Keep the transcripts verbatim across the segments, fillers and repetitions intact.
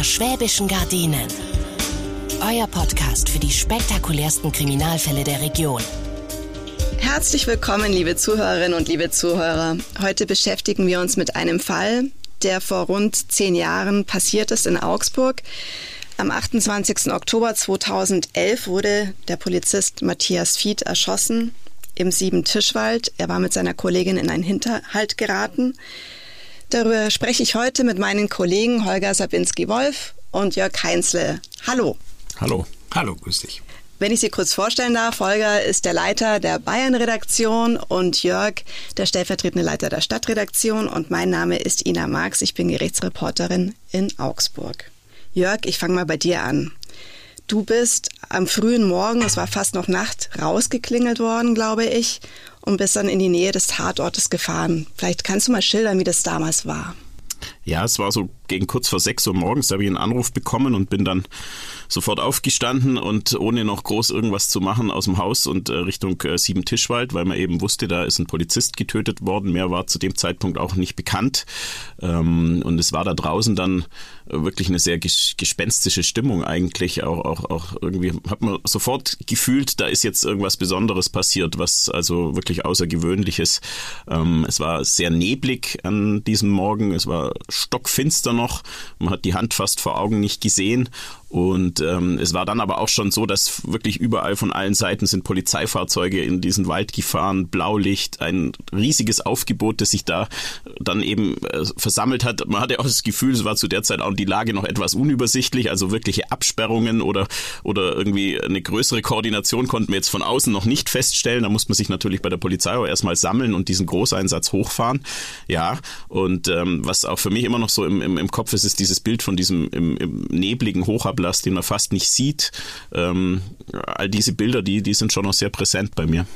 Hinter schwäbischen Gardinen. Euer Podcast für die spektakulärsten Kriminalfälle der Region. Herzlich willkommen, liebe Zuhörerinnen und liebe Zuhörer. Heute beschäftigen wir uns mit einem Fall, der vor rund zehn Jahren passiert ist in Augsburg. Am achtundzwanzigsten Oktober zweitausendelf wurde der Polizist Matthias Fied erschossen im Siebentischwald. Er war mit seiner Kollegin in einen Hinterhalt geraten. Darüber spreche ich heute mit meinen Kollegen Holger Sabinski-Wolf und Jörg Heinzle. Hallo. Hallo. Hallo, grüß dich. Wenn ich Sie kurz vorstellen darf, Holger ist der Leiter der Bayern-Redaktion und Jörg der stellvertretende Leiter der Stadtredaktion und mein Name ist Ina Marx, ich bin Gerichtsreporterin in Augsburg. Jörg, ich fange mal bei dir an. Du bist am frühen Morgen, es war fast noch Nacht, rausgeklingelt worden, glaube ich, und bist dann in die Nähe des Tatortes gefahren. Vielleicht kannst du mal schildern, wie das damals war. Ja, es war so gegen kurz vor sechs Uhr morgens, da habe ich einen Anruf bekommen und bin dann sofort aufgestanden und ohne noch groß irgendwas zu machen aus dem Haus und äh, Richtung äh, Siebentischwald, weil man eben wusste, da ist ein Polizist getötet worden. Mehr war zu dem Zeitpunkt auch nicht bekannt. Ähm, und es war da draußen dann wirklich eine sehr ges- gespenstische Stimmung eigentlich. Auch, auch, auch irgendwie hat man sofort gefühlt, da ist jetzt irgendwas Besonderes passiert, was also wirklich Außergewöhnliches. Ähm, es war sehr neblig an diesem Morgen. Es war stockfinster noch. Man hat die Hand fast vor Augen nicht gesehen. Und ähm, es war dann aber auch schon so, dass wirklich überall von allen Seiten sind Polizeifahrzeuge in diesen Wald gefahren, Blaulicht, ein riesiges Aufgebot, das sich da dann eben äh, versammelt hat. Man hatte auch das Gefühl, es war zu der Zeit auch die Lage noch etwas unübersichtlich, also wirkliche Absperrungen oder oder irgendwie eine größere Koordination konnten wir jetzt von außen noch nicht feststellen. Da muss man sich natürlich bei der Polizei auch erstmal sammeln und diesen Großeinsatz hochfahren. Ja, und ähm, was auch für mich immer noch so im, im, im Kopf ist, ist dieses Bild von diesem im, im nebligen Hochablass, den man fast nicht sieht. Ähm, all diese Bilder, die, die sind schon noch sehr präsent bei mir.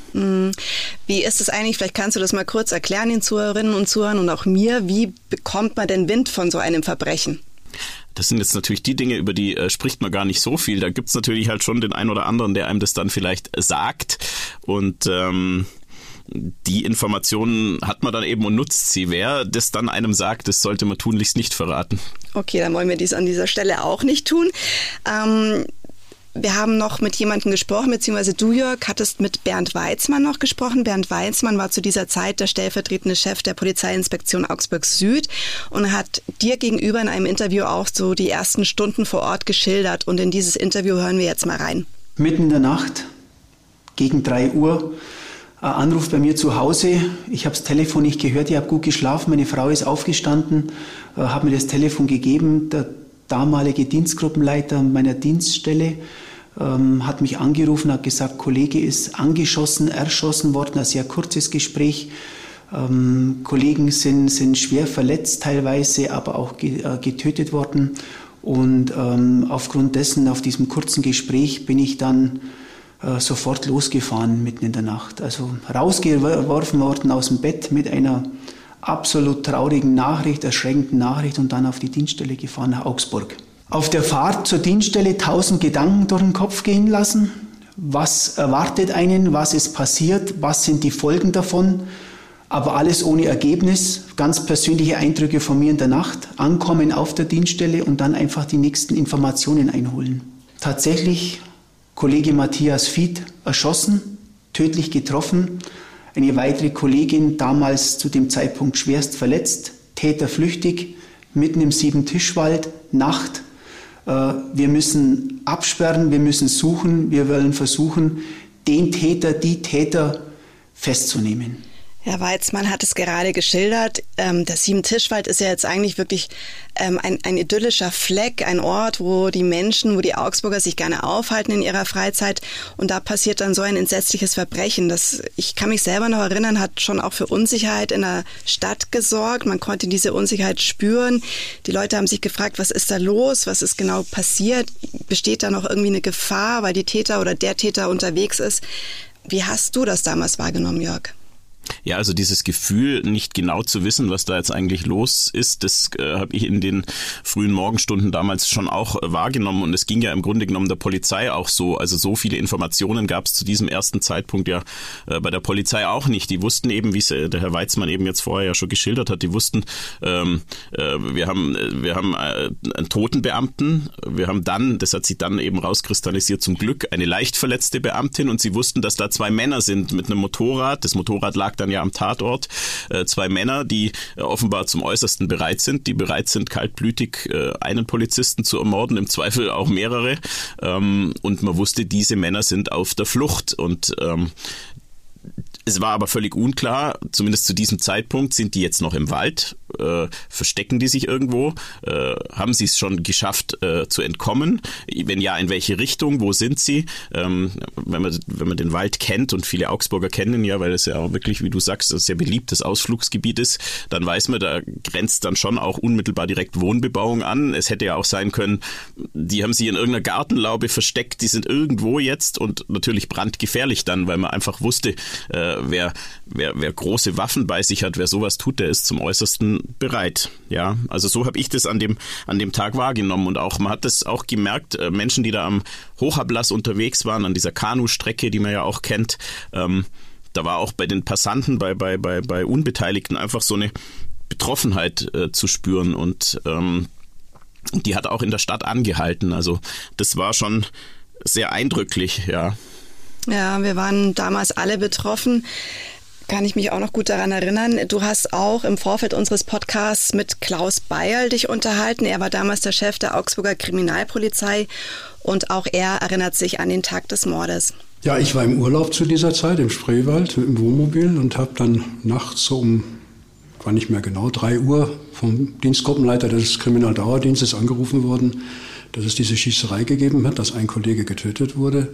Wie ist es eigentlich, vielleicht kannst du das mal kurz erklären den Zuhörerinnen und Zuhörern und auch mir, wie bekommt man denn Wind von so einem Verbrechen? Das sind jetzt natürlich die Dinge, über die äh, spricht man gar nicht so viel. Da gibt's natürlich halt schon den einen oder anderen, der einem das dann vielleicht sagt und ähm, die Informationen hat man dann eben und nutzt sie. Wer das dann einem sagt, das sollte man tunlichst nicht verraten. Okay, dann wollen wir dies an dieser Stelle auch nicht tun. Ähm, wir haben noch mit jemandem gesprochen, beziehungsweise du, Jörg, hattest mit Bernd Weizmann noch gesprochen. Bernd Weizmann war zu dieser Zeit der stellvertretende Chef der Polizeiinspektion Augsburg Süd und hat dir gegenüber in einem Interview auch so die ersten Stunden vor Ort geschildert. Und in dieses Interview hören wir jetzt mal rein. Mitten in der Nacht, gegen drei Uhr, ein Anruf bei mir zu Hause. Ich habe das Telefon nicht gehört, ich habe gut geschlafen. Meine Frau ist aufgestanden, äh, hat mir das Telefon gegeben. Der damalige Dienstgruppenleiter meiner Dienststelle ähm, hat mich angerufen, hat gesagt, Kollege ist angeschossen, erschossen worden. Ein sehr kurzes Gespräch. Ähm, Kollegen sind, sind schwer verletzt teilweise, aber auch ge- äh, getötet worden. Und ähm, aufgrund dessen, auf diesem kurzen Gespräch, bin ich dann sofort losgefahren mitten in der Nacht. Also rausgeworfen worden aus dem Bett mit einer absolut traurigen Nachricht, erschreckenden Nachricht und dann auf die Dienststelle gefahren nach Augsburg. Auf der Fahrt zur Dienststelle tausend Gedanken durch den Kopf gehen lassen. Was erwartet einen? Was ist passiert? Was sind die Folgen davon? Aber alles ohne Ergebnis. Ganz persönliche Eindrücke von mir in der Nacht. Ankommen auf der Dienststelle und dann einfach die nächsten Informationen einholen. Tatsächlich Kollege Matthias Fied erschossen, tödlich getroffen. Eine weitere Kollegin, damals zu dem Zeitpunkt schwerst verletzt. Täter flüchtig, mitten im Siebentischwald, Nacht. Wir müssen absperren, wir müssen suchen, wir wollen versuchen, den Täter, die Täter festzunehmen. Herr Weizmann hat es gerade geschildert. Ähm, der Siebentischwald ist ja jetzt eigentlich wirklich ähm, ein, ein idyllischer Fleck, ein Ort, wo die Menschen, wo die Augsburger sich gerne aufhalten in ihrer Freizeit. Und da passiert dann so ein entsetzliches Verbrechen. Das, ich kann mich selber noch erinnern, hat schon auch für Unsicherheit in der Stadt gesorgt. Man konnte diese Unsicherheit spüren. Die Leute haben sich gefragt, was ist da los? Was ist genau passiert? Besteht da noch irgendwie eine Gefahr, weil die Täter oder der Täter unterwegs ist? Wie hast du das damals wahrgenommen, Jörg? Ja, also dieses Gefühl, nicht genau zu wissen, was da jetzt eigentlich los ist, das äh, habe ich in den frühen Morgenstunden damals schon auch äh, wahrgenommen und es ging ja im Grunde genommen der Polizei auch so. Also so viele Informationen gab es zu diesem ersten Zeitpunkt ja äh, bei der Polizei auch nicht. Die wussten eben, wie es äh, der Herr Weizmann eben jetzt vorher ja schon geschildert hat, die wussten, ähm, äh, wir haben, wir haben äh, einen toten Beamten, wir haben dann, das hat sich dann eben rauskristallisiert zum Glück, eine leicht verletzte Beamtin und sie wussten, dass da zwei Männer sind mit einem Motorrad. Das Motorrad lag dann ja am Tatort, äh, zwei Männer, die äh, offenbar zum Äußersten bereit sind, die bereit sind, kaltblütig äh, einen Polizisten zu ermorden, im Zweifel auch mehrere. Ähm, und man wusste, diese Männer sind auf der Flucht und ähm, es war aber völlig unklar, zumindest zu diesem Zeitpunkt, sind die jetzt noch im Wald, äh, verstecken die sich irgendwo, äh, haben sie es schon geschafft äh, zu entkommen, wenn ja, in welche Richtung, wo sind sie, ähm, wenn man wenn man den Wald kennt und viele Augsburger kennen ihn ja, weil es ja auch wirklich, wie du sagst, ein sehr beliebtes Ausflugsgebiet ist, dann weiß man, da grenzt dann schon auch unmittelbar direkt Wohnbebauung an. Es hätte ja auch sein können, die haben sie in irgendeiner Gartenlaube versteckt, die sind irgendwo jetzt und natürlich brandgefährlich dann, weil man einfach wusste, äh, wer, wer, wer große Waffen bei sich hat, wer sowas tut, der ist zum Äußersten bereit. Ja, also so habe ich das an dem, an dem Tag wahrgenommen und auch, man hat das auch gemerkt, äh, Menschen, die da am Hochablass unterwegs waren, an dieser Kanustrecke, die man ja auch kennt, ähm, da war auch bei den Passanten, bei, bei, bei, bei Unbeteiligten einfach so eine Betroffenheit äh, zu spüren und ähm, die hat auch in der Stadt angehalten. Also das war schon sehr eindrücklich, ja. Ja, wir waren damals alle betroffen. Kann ich mich auch noch gut daran erinnern. Du hast auch im Vorfeld unseres Podcasts mit Klaus Beierl dich unterhalten. Er war damals der Chef der Augsburger Kriminalpolizei und auch er erinnert sich an den Tag des Mordes. Ja, ich war im Urlaub zu dieser Zeit im Spreewald im Wohnmobil und habe dann nachts so um, war nicht mehr genau, drei Uhr vom Dienstgruppenleiter des Kriminaldauerdienstes angerufen worden, dass es diese Schießerei gegeben hat, dass ein Kollege getötet wurde.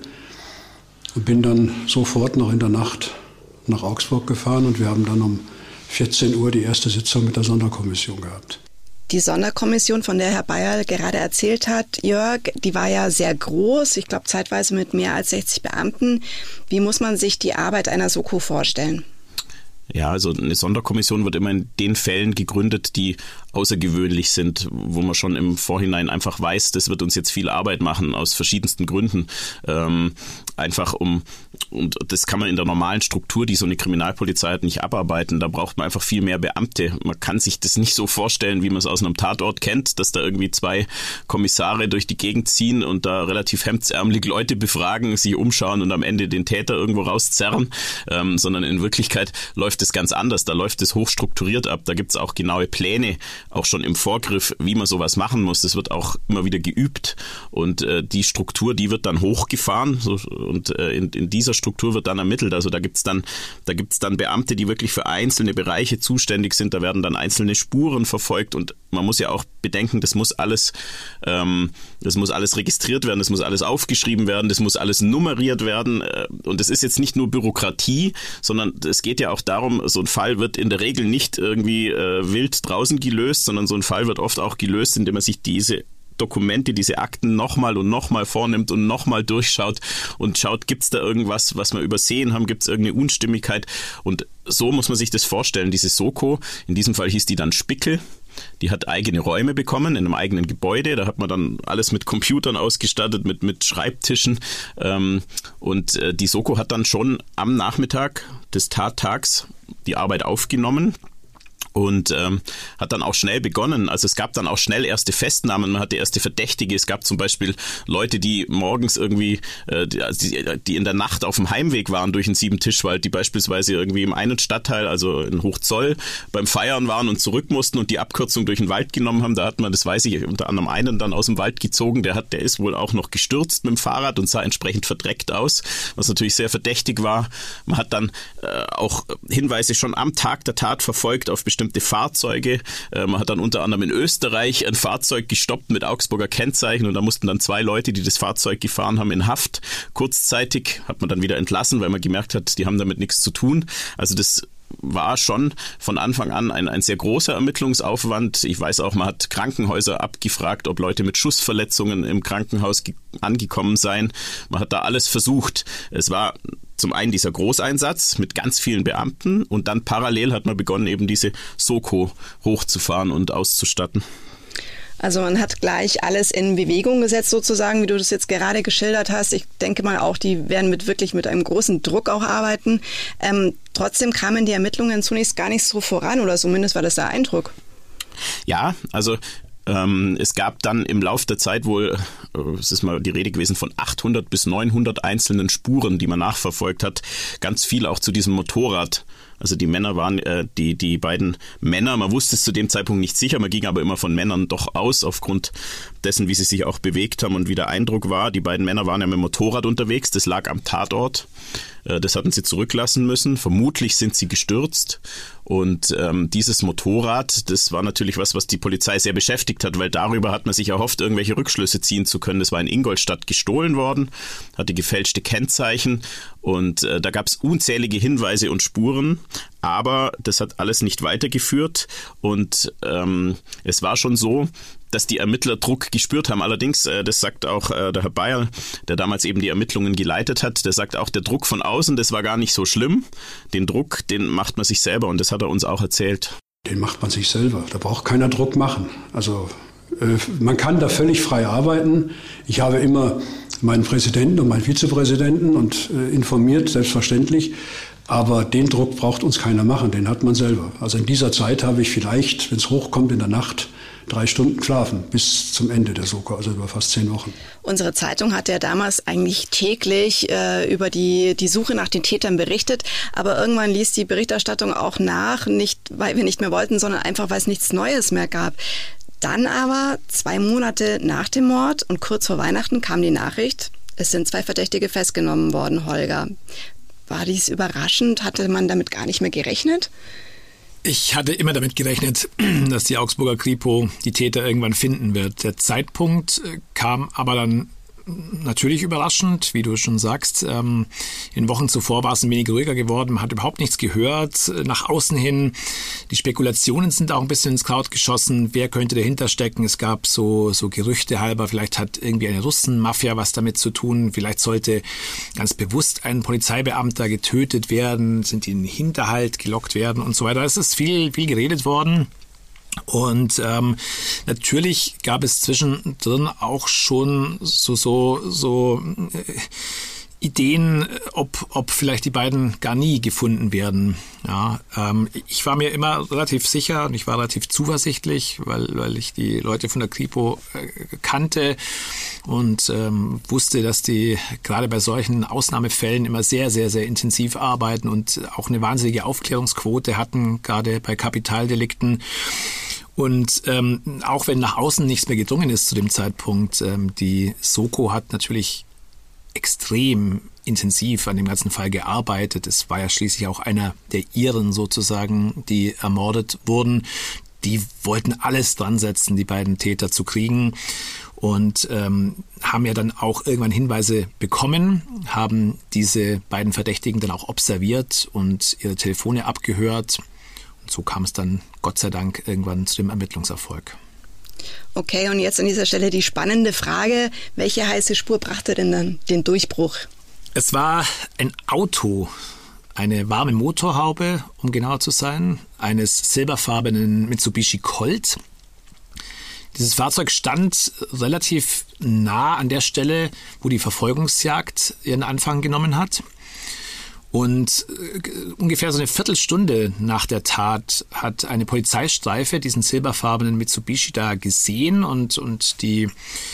Und bin dann sofort noch in der Nacht nach Augsburg gefahren und wir haben dann um vierzehn Uhr die erste Sitzung mit der Sonderkommission gehabt. Die Sonderkommission, von der Herr Beierl gerade erzählt hat, Jörg, die war ja sehr groß, ich glaube zeitweise mit mehr als sechzig Beamten. Wie muss man sich die Arbeit einer Soko vorstellen? Ja, also eine Sonderkommission wird immer in den Fällen gegründet, die außergewöhnlich sind, wo man schon im Vorhinein einfach weiß, das wird uns jetzt viel Arbeit machen, aus verschiedensten Gründen. Ähm, einfach um, und das kann man in der normalen Struktur, die so eine Kriminalpolizei hat, nicht abarbeiten. Da braucht man einfach viel mehr Beamte. Man kann sich das nicht so vorstellen, wie man es aus einem Tatort kennt, dass da irgendwie zwei Kommissare durch die Gegend ziehen und da relativ hemdsärmelig Leute befragen, sich umschauen und am Ende den Täter irgendwo rauszerren, ähm, sondern in Wirklichkeit läuft es ganz anders. Da läuft es hochstrukturiert ab. Da gibt es auch genaue Pläne, auch schon im Vorgriff, wie man sowas machen muss. Das wird auch immer wieder geübt und äh, die Struktur, die wird dann hochgefahren so, und äh, in, in dieser Struktur wird dann ermittelt. Also da gibt's dann, da gibt's dann Beamte, die wirklich für einzelne Bereiche zuständig sind. Da werden dann einzelne Spuren verfolgt und man muss ja auch bedenken, das muss alles, ähm, das muss alles registriert werden, das muss alles aufgeschrieben werden, das muss alles nummeriert werden und es ist jetzt nicht nur Bürokratie, sondern es geht ja auch darum, so ein Fall wird in der Regel nicht irgendwie äh, wild draußen gelöst, sondern so ein Fall wird oft auch gelöst, indem man sich diese Dokumente, diese Akten nochmal und nochmal vornimmt und nochmal durchschaut und schaut, gibt es da irgendwas, was wir übersehen haben, gibt es irgendeine Unstimmigkeit und so muss man sich das vorstellen, diese Soko, in diesem Fall hieß die dann Spickel. Die hat eigene Räume bekommen in einem eigenen Gebäude. Da hat man dann alles mit Computern ausgestattet, mit, mit Schreibtischen. Ähm, und äh, die Soko hat dann schon am Nachmittag des Tattags die Arbeit aufgenommen. Und ähm, hat dann auch schnell begonnen. Also es gab dann auch schnell erste Festnahmen, man hatte erste Verdächtige. Es gab zum Beispiel Leute, die morgens irgendwie, äh, die, die in der Nacht auf dem Heimweg waren durch den Siebentischwald, die beispielsweise irgendwie im einen Stadtteil, also in Hochzoll, beim Feiern waren und zurück mussten und die Abkürzung durch den Wald genommen haben. Da hat man, das weiß ich, unter anderem einen dann aus dem Wald gezogen. Der hat, der ist wohl auch noch gestürzt mit dem Fahrrad und sah entsprechend verdreckt aus, was natürlich sehr verdächtig war. Man hat dann äh, auch Hinweise schon am Tag der Tat verfolgt auf bestimmte Fahrzeuge. Man hat dann unter anderem in Österreich ein Fahrzeug gestoppt mit Augsburger Kennzeichen und da mussten dann zwei Leute, die das Fahrzeug gefahren haben, in Haft. Kurzzeitig hat man dann wieder entlassen, weil man gemerkt hat, die haben damit nichts zu tun. Also das war schon von Anfang an ein, ein sehr großer Ermittlungsaufwand. Ich weiß auch, man hat Krankenhäuser abgefragt, ob Leute mit Schussverletzungen im Krankenhaus ge- angekommen seien. Man hat da alles versucht. Es war zum einen dieser Großeinsatz mit ganz vielen Beamten und dann parallel hat man begonnen, eben diese Soko hochzufahren und auszustatten. Also man hat gleich alles in Bewegung gesetzt sozusagen, wie du das jetzt gerade geschildert hast. Ich denke mal auch, die werden mit wirklich mit einem großen Druck auch arbeiten. Ähm, trotzdem kamen die Ermittlungen zunächst gar nicht so voran oder zumindest war das der Eindruck. Ja, also ähm, es gab dann im Lauf der Zeit wohl, äh, es ist mal die Rede gewesen von achthundert bis neunhundert einzelnen Spuren, die man nachverfolgt hat. Ganz viel auch zu diesem Motorrad. Also die Männer waren, äh, die, die beiden Männer, man wusste es zu dem Zeitpunkt nicht sicher, man ging aber immer von Männern doch aus, aufgrund dessen, wie sie sich auch bewegt haben und wie der Eindruck war. Die beiden Männer waren ja mit dem Motorrad unterwegs, das lag am Tatort. Äh, das hatten sie zurücklassen müssen. Vermutlich sind sie gestürzt. Und ähm, dieses Motorrad, das war natürlich was, was die Polizei sehr beschäftigt hat, weil darüber hat man sich erhofft, irgendwelche Rückschlüsse ziehen zu können. Das war in Ingolstadt gestohlen worden, hatte gefälschte Kennzeichen und äh, da gab es unzählige Hinweise und Spuren, aber das hat alles nicht weitergeführt und ähm, es war schon so, dass die Ermittler Druck gespürt haben. Allerdings, äh, das sagt auch äh, der Herr Bayer, der damals eben die Ermittlungen geleitet hat, der sagt auch, der Druck von außen, das war gar nicht so schlimm. Den Druck, den macht man sich selber und das hat er uns auch erzählt. Den macht man sich selber. Da braucht keiner Druck machen. Also äh, man kann da völlig frei arbeiten. Ich habe immer meinen Präsidenten und meinen Vizepräsidenten und äh, informiert, selbstverständlich. Aber den Druck braucht uns keiner machen, den hat man selber. Also in dieser Zeit habe ich vielleicht, wenn es hochkommt in der Nacht, drei Stunden geschlafen bis zum Ende der Soko, also über fast zehn Wochen. Unsere Zeitung hat ja damals eigentlich täglich äh, über die, die Suche nach den Tätern berichtet, aber irgendwann ließ die Berichterstattung auch nach, nicht weil wir nicht mehr wollten, sondern einfach, weil es nichts Neues mehr gab. Dann aber, zwei Monate nach dem Mord und kurz vor Weihnachten kam die Nachricht, es sind zwei Verdächtige festgenommen worden, Holger. War dies überraschend? Hatte man damit gar nicht mehr gerechnet? Ich hatte immer damit gerechnet, dass die Augsburger Kripo die Täter irgendwann finden wird. Der Zeitpunkt kam aber dann natürlich überraschend, wie du schon sagst. In den Wochen zuvor war es ein wenig ruhiger geworden, man hat überhaupt nichts gehört. Nach außen hin, die Spekulationen sind auch ein bisschen ins Kraut geschossen. Wer könnte dahinter stecken? Es gab so, so Gerüchte halber, vielleicht hat irgendwie eine Russenmafia was damit zu tun. Vielleicht sollte ganz bewusst ein Polizeibeamter getötet werden, sind in den Hinterhalt gelockt werden und so weiter. Es ist viel, viel geredet worden. Und ähm, natürlich gab es zwischendrin auch schon so so so äh, Ideen, ob ob vielleicht die beiden gar nie gefunden werden. Ja, ähm, ich war mir immer relativ sicher und ich war relativ zuversichtlich, weil weil ich die Leute von der Kripo äh, kannte und ähm, wusste, dass die gerade bei solchen Ausnahmefällen immer sehr sehr sehr intensiv arbeiten und auch eine wahnsinnige Aufklärungsquote hatten, gerade bei Kapitaldelikten. Und ähm, auch wenn nach außen nichts mehr gedrungen ist zu dem Zeitpunkt, ähm, die Soko hat natürlich extrem intensiv an dem ganzen Fall gearbeitet. Es war ja schließlich auch einer der Iren sozusagen, die ermordet wurden. Die wollten alles dran setzen, die beiden Täter zu kriegen und ähm, haben ja dann auch irgendwann Hinweise bekommen, haben diese beiden Verdächtigen dann auch observiert und ihre Telefone abgehört. Und so kam es dann, Gott sei Dank, irgendwann zu dem Ermittlungserfolg. Okay, und jetzt an dieser Stelle die spannende Frage, welche heiße Spur brachte denn dann den Durchbruch? Es war ein Auto, eine warme Motorhaube, um genauer zu sein, eines silberfarbenen Mitsubishi Colt. Dieses Fahrzeug stand relativ nah an der Stelle, wo die Verfolgungsjagd ihren Anfang genommen hat. Und ungefähr so eine Viertelstunde nach der Tat hat eine Polizeistreife diesen silberfarbenen Mitsubishi da gesehen und, und die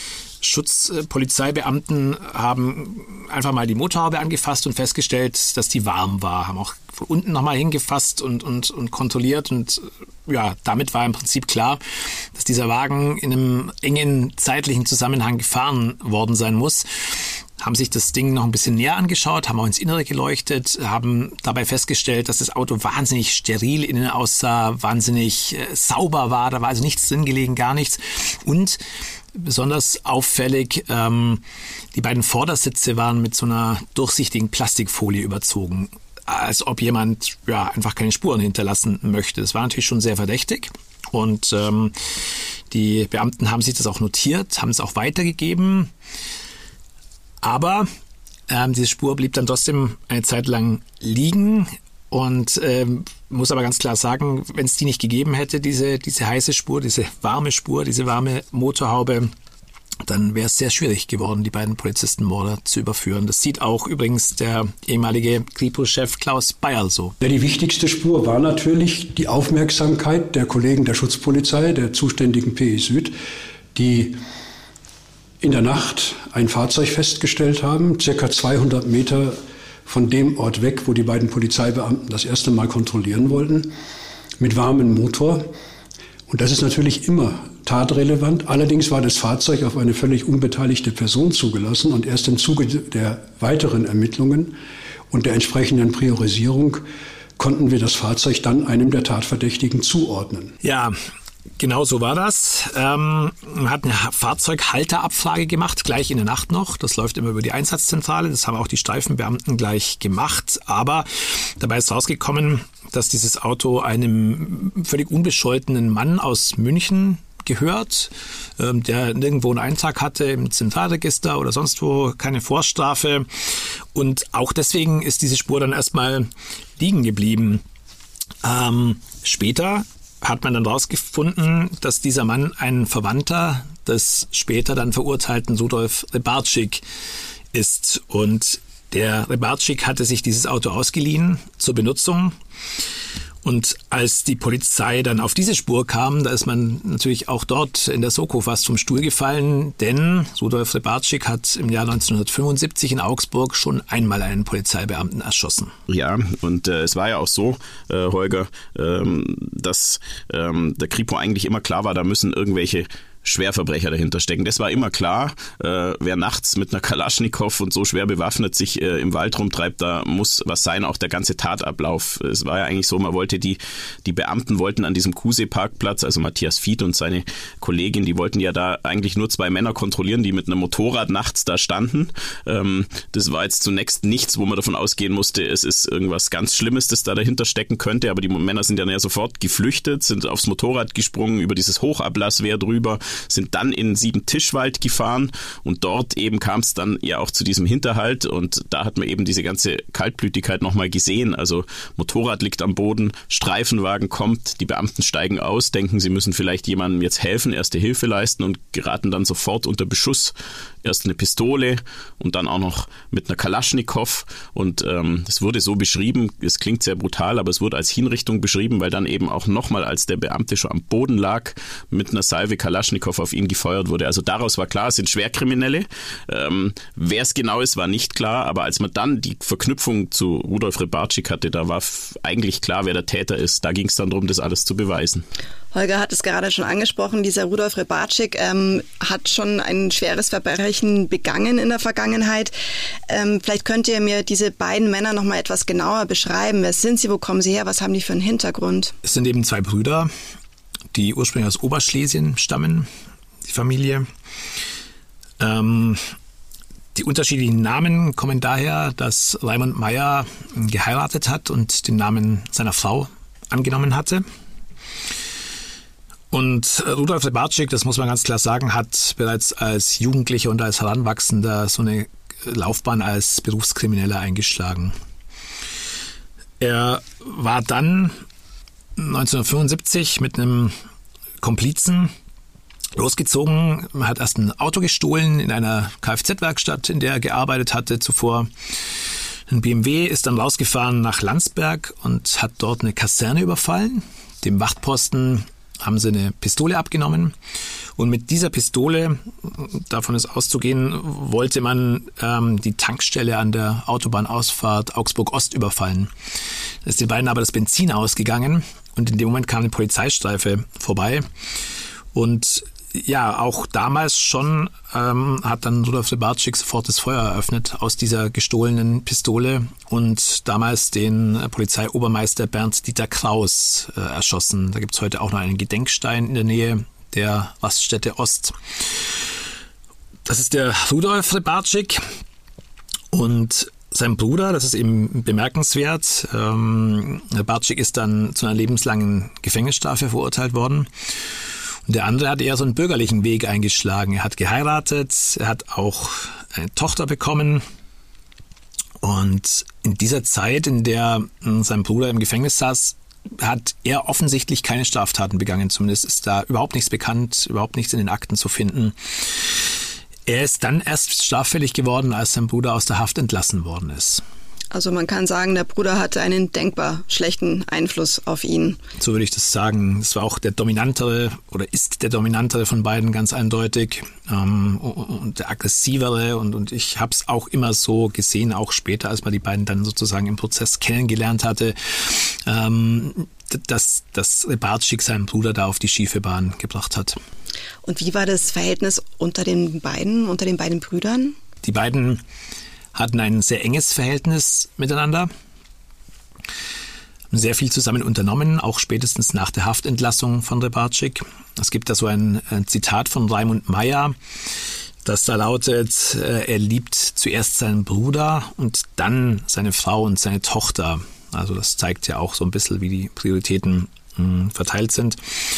Schutzpolizeibeamten haben einfach mal die Motorhaube angefasst und festgestellt, dass die warm war, haben auch von unten nochmal hingefasst und, und, und kontrolliert und ja, damit war im Prinzip klar, dass dieser Wagen in einem engen zeitlichen Zusammenhang gefahren worden sein muss. Haben sich das Ding noch ein bisschen näher angeschaut, haben auch ins Innere geleuchtet, haben dabei festgestellt, dass das Auto wahnsinnig steril innen aussah, wahnsinnig äh, sauber war, da war also nichts drin gelegen, gar nichts. Und besonders auffällig, ähm, die beiden Vordersitze waren mit so einer durchsichtigen Plastikfolie überzogen. als ob jemand ja einfach keine Spuren hinterlassen möchte. Das war natürlich schon sehr verdächtig. Und ähm, die Beamten haben sich das auch notiert, haben es auch weitergegeben. Aber ähm, diese Spur blieb dann trotzdem eine Zeit lang liegen. Und ähm, muss aber ganz klar sagen, wenn es die nicht gegeben hätte, diese, diese heiße Spur, diese warme Spur, diese warme Motorhaube, dann wäre es sehr schwierig geworden, die beiden Polizistenmorde zu überführen. Das sieht auch übrigens der ehemalige Kripo-Chef Klaus Bayerl so. Ja, die wichtigste Spur war natürlich die Aufmerksamkeit der Kollegen der Schutzpolizei, der zuständigen P I Süd, die in der Nacht ein Fahrzeug festgestellt haben, circa zweihundert Meter von dem Ort weg, wo die beiden Polizeibeamten das erste Mal kontrollieren wollten, mit warmem Motor. Und das ist natürlich immer tatrelevant. Allerdings war das Fahrzeug auf eine völlig unbeteiligte Person zugelassen und erst im Zuge der weiteren Ermittlungen und der entsprechenden Priorisierung konnten wir das Fahrzeug dann einem der Tatverdächtigen zuordnen. Ja, genau so war das. Ähm, man hat eine Fahrzeughalterabfrage gemacht, gleich in der Nacht noch. Das läuft immer über die Einsatzzentrale. Das haben auch die Streifenbeamten gleich gemacht. Aber dabei ist rausgekommen, dass dieses Auto einem völlig unbescholtenen Mann aus München gehört, ähm, der nirgendwo einen Eintrag hatte im Zentralregister oder sonst wo, keine Vorstrafe. Und auch deswegen ist diese Spur dann erstmal liegen geblieben. Ähm, später hat man dann rausgefunden, dass dieser Mann ein Verwandter des später dann verurteilten Rudolf Rybarczyk ist. Und der Rybarczyk hatte sich dieses Auto ausgeliehen zur Benutzung. Und als die Polizei dann auf diese Spur kam, da ist man natürlich auch dort in der Soko fast vom Stuhl gefallen, denn Rudolf Rybarczyk hat im Jahr neunzehnhundertfünfundsiebzig in Augsburg schon einmal einen Polizeibeamten erschossen. Ja, und äh, es war ja auch so, äh, Holger, ähm, dass ähm, der Kripo eigentlich immer klar war, da müssen irgendwelche Schwerverbrecher dahinter stecken. Das war immer klar. Äh, wer nachts mit einer Kalaschnikow und so schwer bewaffnet sich äh, im Wald rumtreibt, da muss was sein, auch der ganze Tatablauf. Es war ja eigentlich so, man wollte die, die Beamten wollten an diesem Kusee-Parkplatz, also Matthias Fied und seine Kollegin, die wollten ja da eigentlich nur zwei Männer kontrollieren, die mit einem Motorrad nachts da standen. Ähm, das war jetzt zunächst nichts, wo man davon ausgehen musste, es ist irgendwas ganz Schlimmes, das da dahinter stecken könnte, aber die Männer sind dann ja sofort geflüchtet, sind aufs Motorrad gesprungen, über dieses Hochablasswehr drüber, sind dann in Siebentischwald gefahren und dort eben kam es dann ja auch zu diesem Hinterhalt und da hat man eben diese ganze Kaltblütigkeit nochmal gesehen. Also Motorrad liegt am Boden, Streifenwagen kommt, die Beamten steigen aus, denken, sie müssen vielleicht jemandem jetzt helfen, erste Hilfe leisten und geraten dann sofort unter Beschuss. Erst eine Pistole und dann auch noch mit einer Kalaschnikow und ähm, das wurde so beschrieben, es klingt sehr brutal, aber es wurde als Hinrichtung beschrieben, weil dann eben auch nochmal, als der Beamte schon am Boden lag, mit einer Salve Kalaschnikow auf ihn gefeuert wurde. Also daraus war klar, es sind Schwerkriminelle. Ähm, wer es genau ist, war nicht klar, aber als man dann die Verknüpfung zu Rudolf Rybarczyk hatte, da war f- eigentlich klar, wer der Täter ist. Da ging es dann darum, das alles zu beweisen. Holger hat es gerade schon angesprochen, dieser Rudolf Rybarczyk ähm, hat schon ein schweres Verbrechen begangen in der Vergangenheit. Ähm, vielleicht könnt ihr mir diese beiden Männer noch mal etwas genauer beschreiben. Wer sind sie, wo kommen sie her, was haben die für einen Hintergrund? Es sind eben zwei Brüder, die ursprünglich aus Oberschlesien stammen, die Familie. Ähm, die unterschiedlichen Namen kommen daher, dass Raimund Meyer geheiratet hat und den Namen seiner Frau angenommen hatte. Und Rudolf Rybarczyk, das muss man ganz klar sagen, hat bereits als Jugendlicher und als Heranwachsender so eine Laufbahn als Berufskrimineller eingeschlagen. Er war dann neunzehnhundertfünfundsiebzig mit einem Komplizen losgezogen, hat erst ein Auto gestohlen in einer Kfz-Werkstatt, in der er gearbeitet hatte zuvor. Ein B M W ist dann rausgefahren nach Landsberg und hat dort eine Kaserne überfallen. Dem Wachtposten haben sie eine Pistole abgenommen und mit dieser Pistole, davon ist auszugehen, wollte man ähm, die Tankstelle an der Autobahnausfahrt Augsburg-Ost überfallen. Da ist den beiden aber das Benzin ausgegangen und in dem Moment kam eine Polizeistreife vorbei und ja, auch damals schon ähm, hat dann Rudolf Rybarczyk sofort das Feuer eröffnet aus dieser gestohlenen Pistole und damals den Polizeiobermeister Bernd Dieter Kraus äh, erschossen. Da gibt es heute auch noch einen Gedenkstein in der Nähe der Raststätte Ost. Das ist der Rudolf Rybarczyk und sein Bruder, das ist eben bemerkenswert. Ähm, Rebarczyk ist dann zu einer lebenslangen Gefängnisstrafe verurteilt worden. Und der andere hat eher so einen bürgerlichen Weg eingeschlagen. Er hat geheiratet, er hat auch eine Tochter bekommen. Und in dieser Zeit, in der sein Bruder im Gefängnis saß, hat er offensichtlich keine Straftaten begangen. Zumindest ist da überhaupt nichts bekannt, überhaupt nichts in den Akten zu finden. Er ist dann erst straffällig geworden, als sein Bruder aus der Haft entlassen worden ist. Also man kann sagen, der Bruder hatte einen denkbar schlechten Einfluss auf ihn. So würde ich das sagen. Es war auch der dominantere oder ist der dominantere von beiden ganz eindeutig ähm, und der aggressivere. Und, und ich habe es auch immer so gesehen, auch später, als man die beiden dann sozusagen im Prozess kennengelernt hatte, ähm, dass, dass Rebarczyk seinen Bruder da auf die schiefe Bahn gebracht hat. Und wie war das Verhältnis unter den beiden, unter den beiden Brüdern? Die beiden hatten ein sehr enges Verhältnis miteinander, haben sehr viel zusammen unternommen, auch spätestens nach der Haftentlassung von Rebarczyk. Es gibt da so ein, ein Zitat von Raimund Meyer, das da lautet, äh, er liebt zuerst seinen Bruder und dann seine Frau und seine Tochter. Also das zeigt ja auch so ein bisschen, wie die Prioritäten mh, verteilt sind.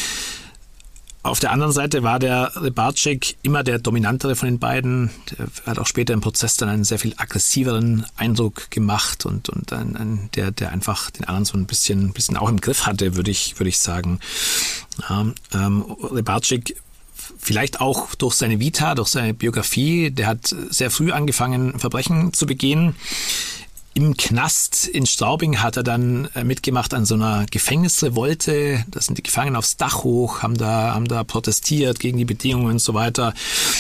Auf der anderen Seite war der Rebarczyk immer der dominantere von den beiden. Der hat auch später im Prozess dann einen sehr viel aggressiveren Eindruck gemacht und, und ein, ein, der, der einfach den anderen so ein bisschen, bisschen auch im Griff hatte, würde ich, würde ich sagen. Ja, ähm, Rebarczyk vielleicht auch durch seine Vita, durch seine Biografie, der hat sehr früh angefangen, Verbrechen zu begehen. Im Knast in Straubing hat er dann mitgemacht an so einer Gefängnisrevolte. Da sind die Gefangenen aufs Dach hoch, haben da, haben da protestiert gegen die Bedingungen und so weiter.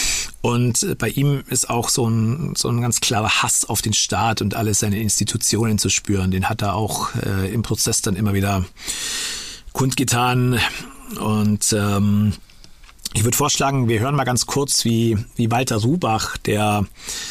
Und bei ihm ist auch so ein, so ein ganz klarer Hass auf den Staat und alle seine Institutionen zu spüren. Den hat er auch äh, im Prozess dann immer wieder kundgetan. Und ähm, ich würde vorschlagen, wir hören mal ganz kurz, wie, wie Walter Rubach, der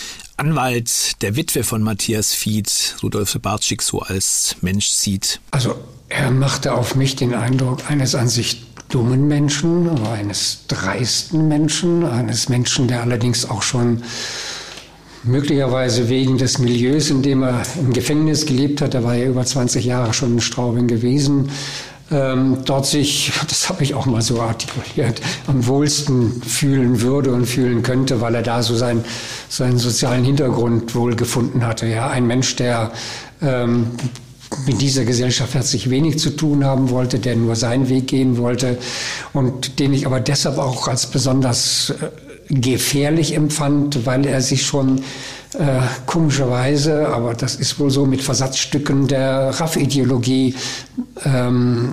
Anwalt der Witwe von Matthias Fied, Rudolf Rebarczyk, so als Mensch sieht. Also er machte auf mich den Eindruck eines an sich dummen Menschen, eines dreisten Menschen, eines Menschen, der allerdings auch schon möglicherweise wegen des Milieus, in dem er im Gefängnis gelebt hat, er war ja über zwanzig Jahre schon in Straubing gewesen, Ähm, dort sich, das habe ich auch mal so artikuliert, am wohlsten fühlen würde und fühlen könnte, weil er da so seinen, seinen sozialen Hintergrund wohl gefunden hatte. Ja, ein Mensch, der ähm, mit dieser Gesellschaft herzlich wenig zu tun haben wollte, der nur seinen Weg gehen wollte und den ich aber deshalb auch als besonders äh, gefährlich empfand, weil er sich schon äh, komischerweise, aber das ist wohl so, mit Versatzstücken der R A F-Ideologie ähm,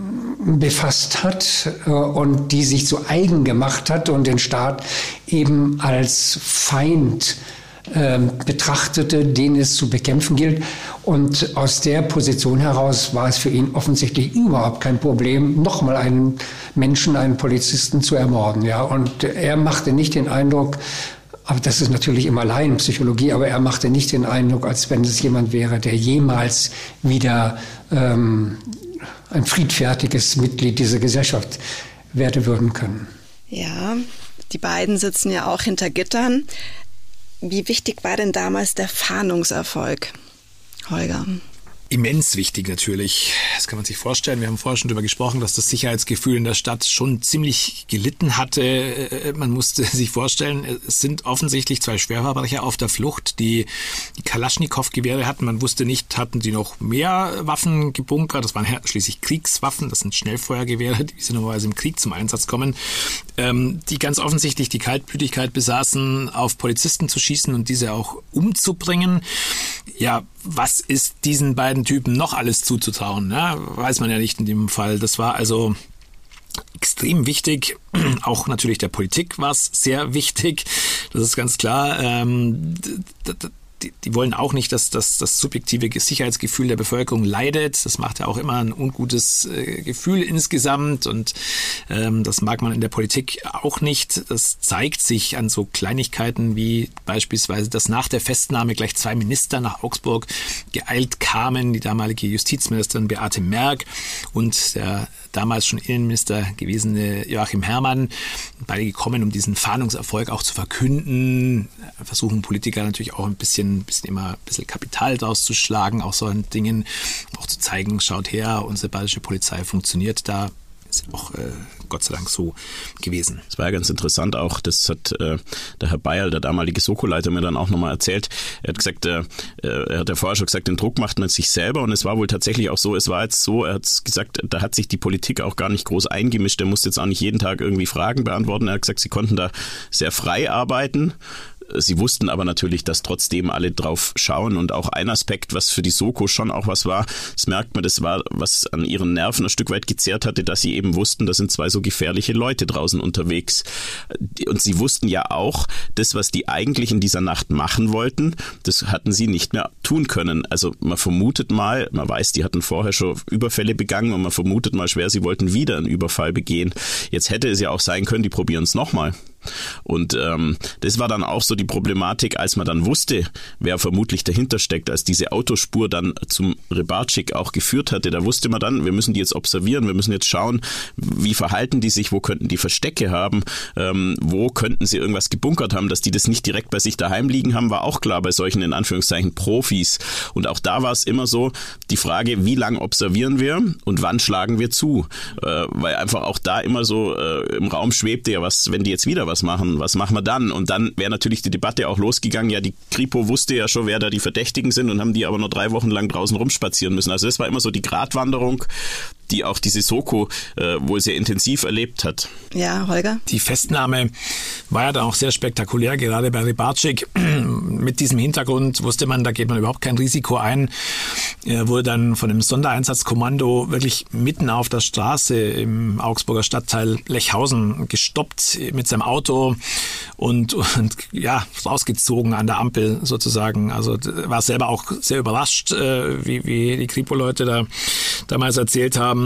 befasst hat äh, und die sich zu eigen gemacht hat und den Staat eben als Feind äh, betrachtete, den es zu bekämpfen gilt. Und aus der Position heraus war es für ihn offensichtlich überhaupt kein Problem, nochmal einen Menschen, einen Polizisten zu ermorden. Ja? Und er machte nicht den Eindruck, aber das ist natürlich immer Laienpsychologie, aber er machte nicht den Eindruck, als wenn es jemand wäre, der jemals wieder ähm, ein friedfertiges Mitglied dieser Gesellschaft werden würden können. Ja, die beiden sitzen ja auch hinter Gittern. Wie wichtig war denn damals der Fahndungserfolg, Holger? Immens wichtig natürlich. Das kann man sich vorstellen. Wir haben vorher schon darüber gesprochen, dass das Sicherheitsgefühl in der Stadt schon ziemlich gelitten hatte. Man musste sich vorstellen, es sind offensichtlich zwei Schwerverbrecher auf der Flucht, die Kalaschnikow-Gewehre hatten. Man wusste nicht, hatten die noch mehr Waffen gebunkert. Das waren schließlich Kriegswaffen. Das sind Schnellfeuergewehre, die normalerweise im Krieg zum Einsatz kommen. Die ganz offensichtlich die Kaltblütigkeit besaßen, auf Polizisten zu schießen und diese auch umzubringen. Ja, was ist diesen beiden Typen noch alles zuzutrauen? Ne? Weiß man ja nicht in dem Fall. Das war also extrem wichtig. Auch natürlich der Politik war es sehr wichtig. Das ist ganz klar. Ähm, die, die wollen auch nicht, dass, dass das subjektive Sicherheitsgefühl der Bevölkerung leidet. Das macht ja auch immer ein ungutes äh, Gefühl insgesamt und ähm, das mag man in der Politik auch nicht. Das zeigt sich an so Kleinigkeiten wie beispielsweise, dass nach der Festnahme gleich zwei Minister nach Augsburg geeilt kamen, die damalige Justizministerin Beate Merck und der damals schon Innenminister gewesene Joachim Herrmann, beide gekommen, um diesen Fahndungserfolg auch zu verkünden. Versuchen Politiker natürlich auch ein bisschen bisschen, bisschen immer ein bisschen Kapital draus zu schlagen, auch so an Dingen, auch zu zeigen, schaut her, unsere bayerische Polizei funktioniert da. Ist auch äh, Gott sei Dank so gewesen. Das war ja ganz interessant auch, das hat äh, der Herr Bayerl, der damalige Soko-Leiter, mir dann auch nochmal erzählt. Er hat gesagt, äh, er hat ja vorher schon gesagt, den Druck macht man sich selber, und es war wohl tatsächlich auch so, es war jetzt so, er hat gesagt, da hat sich die Politik auch gar nicht groß eingemischt, er musste jetzt auch nicht jeden Tag irgendwie Fragen beantworten. Er hat gesagt, sie konnten da sehr frei arbeiten. Sie wussten aber natürlich, dass trotzdem alle drauf schauen, und auch ein Aspekt, was für die Soko schon auch was war, das merkt man, das war, was an ihren Nerven ein Stück weit gezerrt hatte, dass sie eben wussten, da sind zwei so gefährliche Leute draußen unterwegs. Und sie wussten ja auch, das, was die eigentlich in dieser Nacht machen wollten, das hatten sie nicht mehr tun können. Also man vermutet mal, man weiß, die hatten vorher schon Überfälle begangen, und man vermutet mal schwer, sie wollten wieder einen Überfall begehen. Jetzt hätte es ja auch sein können, die probieren es nochmal. Und ähm, das war dann auch so die Problematik, als man dann wusste, wer vermutlich dahinter steckt, als diese Autospur dann zum Rybarczyk auch geführt hatte, da wusste man dann, wir müssen die jetzt observieren, wir müssen jetzt schauen, wie verhalten die sich, wo könnten die Verstecke haben, ähm, wo könnten sie irgendwas gebunkert haben, dass die das nicht direkt bei sich daheim liegen haben, war auch klar bei solchen in Anführungszeichen Profis. Und auch da war es immer so die Frage, wie lange observieren wir und wann schlagen wir zu, äh, weil einfach auch da immer so äh, im Raum schwebte, ja, was, wenn die jetzt wieder was machen, was machen wir dann? Und dann wäre natürlich die Debatte auch losgegangen, ja, die Kripo wusste ja schon, wer da die Verdächtigen sind, und haben die aber nur drei Wochen lang draußen rumspazieren müssen. Also das war immer so die Gratwanderung, die auch diese Soko äh, wohl sehr intensiv erlebt hat. Ja, Holger? Die Festnahme war ja dann auch sehr spektakulär, gerade bei Rybarczyk. Mit diesem Hintergrund wusste man, da geht man überhaupt kein Risiko ein. Er wurde dann von dem Sondereinsatzkommando wirklich mitten auf der Straße im Augsburger Stadtteil Lechhausen gestoppt mit seinem Auto und, und ja, rausgezogen an der Ampel sozusagen. Also war selber auch sehr überrascht, äh, wie, wie die Kripo-Leute da damals erzählt haben.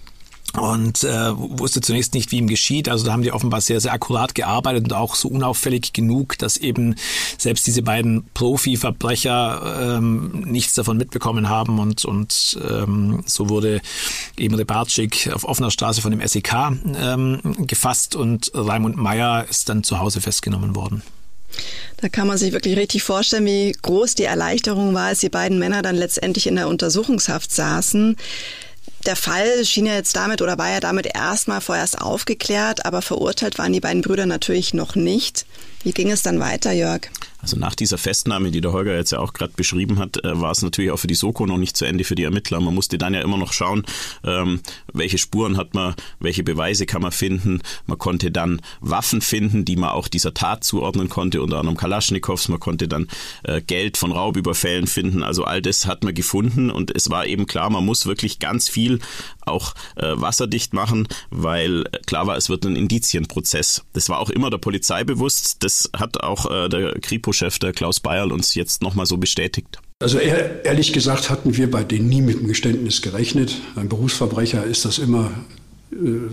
Und äh, wusste zunächst nicht, wie ihm geschieht. Also da haben die offenbar sehr, sehr akkurat gearbeitet und auch so unauffällig genug, dass eben selbst diese beiden Profi-Verbrecher ähm, nichts davon mitbekommen haben. Und, und ähm, so wurde eben Rybarczyk auf offener Straße von dem S E K ähm, gefasst, und Raimund Meyer ist dann zu Hause festgenommen worden. Da kann man sich wirklich richtig vorstellen, wie groß die Erleichterung war, als die beiden Männer dann letztendlich in der Untersuchungshaft saßen. Der Fall schien ja jetzt damit oder war ja damit erstmal vorerst aufgeklärt, aber verurteilt waren die beiden Brüder natürlich noch nicht. Wie ging es dann weiter, Jörg? Also nach dieser Festnahme, die der Holger jetzt ja auch gerade beschrieben hat, war es natürlich auch für die Soko noch nicht zu Ende für die Ermittler. Man musste dann ja immer noch schauen, ähm, welche Spuren hat man, welche Beweise kann man finden. Man konnte dann Waffen finden, die man auch dieser Tat zuordnen konnte, unter anderem Kalaschnikows. Man konnte dann äh, Geld von Raubüberfällen finden. Also all das hat man gefunden, und es war eben klar, man muss wirklich ganz viel auch äh, wasserdicht machen, weil klar war, es wird ein Indizienprozess. Das war auch immer der Polizei bewusst. Das hat auch äh, der Kripo-Chef, der Klaus Bayerl, uns jetzt nochmal so bestätigt. Also ehrlich gesagt hatten wir bei denen nie mit dem Geständnis gerechnet. Ein Berufsverbrecher ist das immer, äh,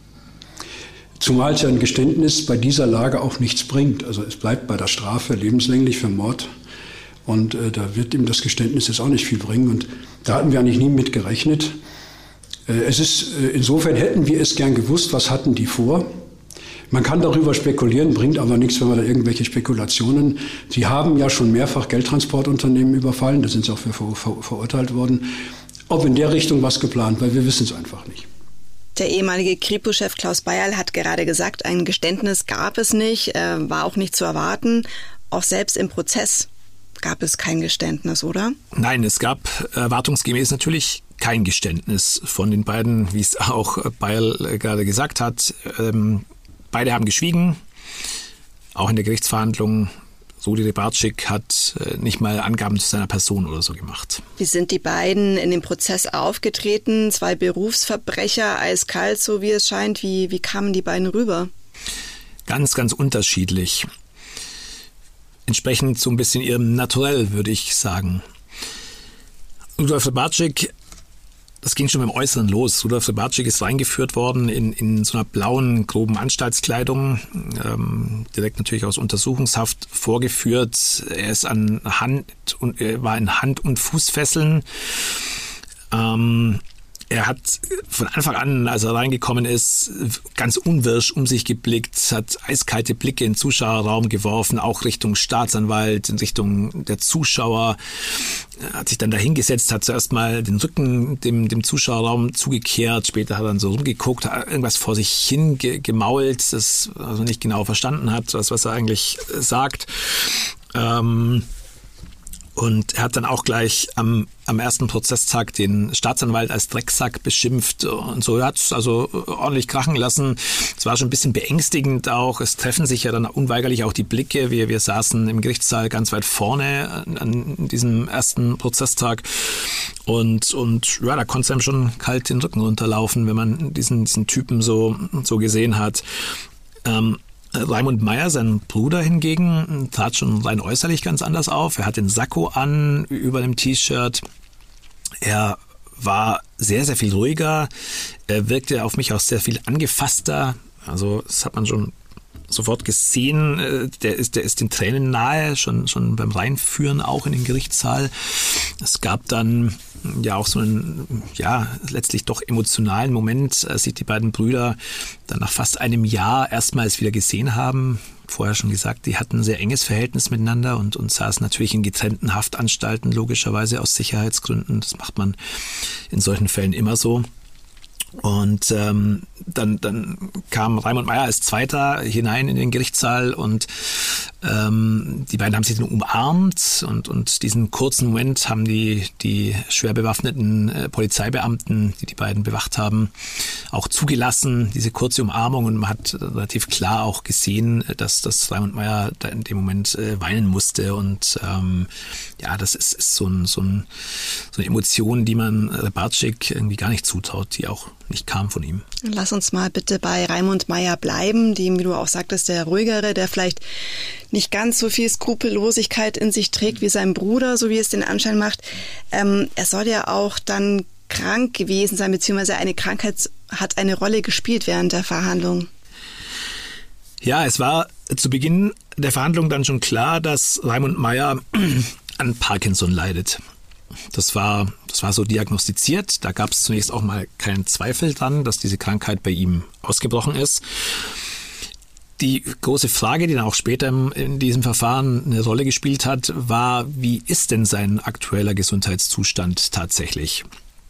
zumal es ja ein Geständnis bei dieser Lage auch nichts bringt. Also es bleibt bei der Strafe lebenslänglich für Mord, und äh, da wird ihm das Geständnis jetzt auch nicht viel bringen, und da hatten wir eigentlich nie mit gerechnet. Äh, es ist, äh, insofern hätten wir es gern gewusst, was hatten die vor. Man kann darüber spekulieren, bringt aber nichts, wenn man da irgendwelche Spekulationen. Sie haben ja schon mehrfach Geldtransportunternehmen überfallen, da sind sie auch für ver- ver- verurteilt worden. Ob in der Richtung was geplant, weil wir wissen es einfach nicht. Der ehemalige Kripo-Chef Klaus Bayerl hat gerade gesagt, ein Geständnis gab es nicht, äh, war auch nicht zu erwarten. Auch selbst im Prozess gab es kein Geständnis, oder? Nein, es gab erwartungsgemäß natürlich kein Geständnis von den beiden, wie es auch Bayerl gerade gesagt hat. Ähm, Beide haben geschwiegen, auch in der Gerichtsverhandlung. Rudi Rybarczyk hat nicht mal Angaben zu seiner Person oder so gemacht. Wie sind die beiden in dem Prozess aufgetreten? Zwei Berufsverbrecher, eiskalt, so wie es scheint. Wie, wie kamen die beiden rüber? Ganz, ganz unterschiedlich. Entsprechend so ein bisschen ihrem Naturell, würde ich sagen. Rudolf Rybarczyk, das ging schon beim Äußeren los. Rudolf Rybarczyk ist reingeführt worden in, in so einer blauen, groben Anstaltskleidung, ähm, direkt natürlich aus Untersuchungshaft vorgeführt. Er ist an Hand und er war in Hand- und Fußfesseln. Ähm, Er hat von Anfang an, als er reingekommen ist, ganz unwirsch um sich geblickt, hat eiskalte Blicke in den Zuschauerraum geworfen, auch Richtung Staatsanwalt, in Richtung der Zuschauer, hat sich dann dahingesetzt, hat zuerst mal den Rücken dem, dem Zuschauerraum zugekehrt, später hat er dann so rumgeguckt, hat irgendwas vor sich hin ge- gemault, das also nicht genau verstanden hat, was, was er eigentlich sagt. Ähm, Und er hat dann auch gleich am, am ersten Prozesstag den Staatsanwalt als Drecksack beschimpft und so. Er hat es also ordentlich krachen lassen. Es war schon ein bisschen beängstigend auch. Es treffen sich ja dann unweigerlich auch die Blicke. Wir, wir saßen im Gerichtssaal ganz weit vorne an, an diesem ersten Prozesstag. Und, und ja, da konnte es einem schon kalt den Rücken runterlaufen, wenn man diesen, diesen Typen so, so gesehen hat. Ähm, Raimund Meyer, sein Bruder hingegen, trat schon rein äußerlich ganz anders auf. Er hat den Sakko an über dem T-Shirt. Er war sehr, sehr viel ruhiger. Er wirkte auf mich auch sehr viel angefasster. Also das hat man schon sofort gesehen. Der ist, der ist den Tränen nahe, schon, schon beim Reinführen auch in den Gerichtssaal. Es gab dann ja auch so einen, ja, letztlich doch emotionalen Moment, als sich die beiden Brüder dann nach fast einem Jahr erstmals wieder gesehen haben. Vorher schon gesagt, die hatten ein sehr enges Verhältnis miteinander und, und saßen natürlich in getrennten Haftanstalten, logischerweise aus Sicherheitsgründen. Das macht man in solchen Fällen immer so. Und ähm, dann, dann kam Raimund Meyer als Zweiter hinein in den Gerichtssaal und ähm, die beiden haben sich dann umarmt und, und diesen kurzen Moment haben die, die schwer bewaffneten äh, Polizeibeamten, die die beiden bewacht haben, auch zugelassen, diese kurze Umarmung, und man hat relativ klar auch gesehen, dass, dass Raimund Meyer da in dem Moment äh, weinen musste und ähm, ja, das ist, ist so, ein, so, ein, so eine Emotion, die man Rebarczyk irgendwie gar nicht zutraut, die auch nicht kam von ihm. Lass uns mal bitte bei Raimund Meyer bleiben, dem, wie du auch sagtest, der ruhigere, der vielleicht nicht ganz so viel Skrupellosigkeit in sich trägt wie sein Bruder, so wie es den Anschein macht. Ähm, er soll ja auch dann krank gewesen sein, beziehungsweise eine Krankheit hat eine Rolle gespielt während der Verhandlung. Ja, es war zu Beginn der Verhandlung dann schon klar, dass Raimund Meyer an Parkinson leidet. Das war, das war so diagnostiziert. Da gab es zunächst auch mal keinen Zweifel dran, dass diese Krankheit bei ihm ausgebrochen ist. Die große Frage, die dann auch später in diesem Verfahren eine Rolle gespielt hat, war, wie ist denn sein aktueller Gesundheitszustand tatsächlich?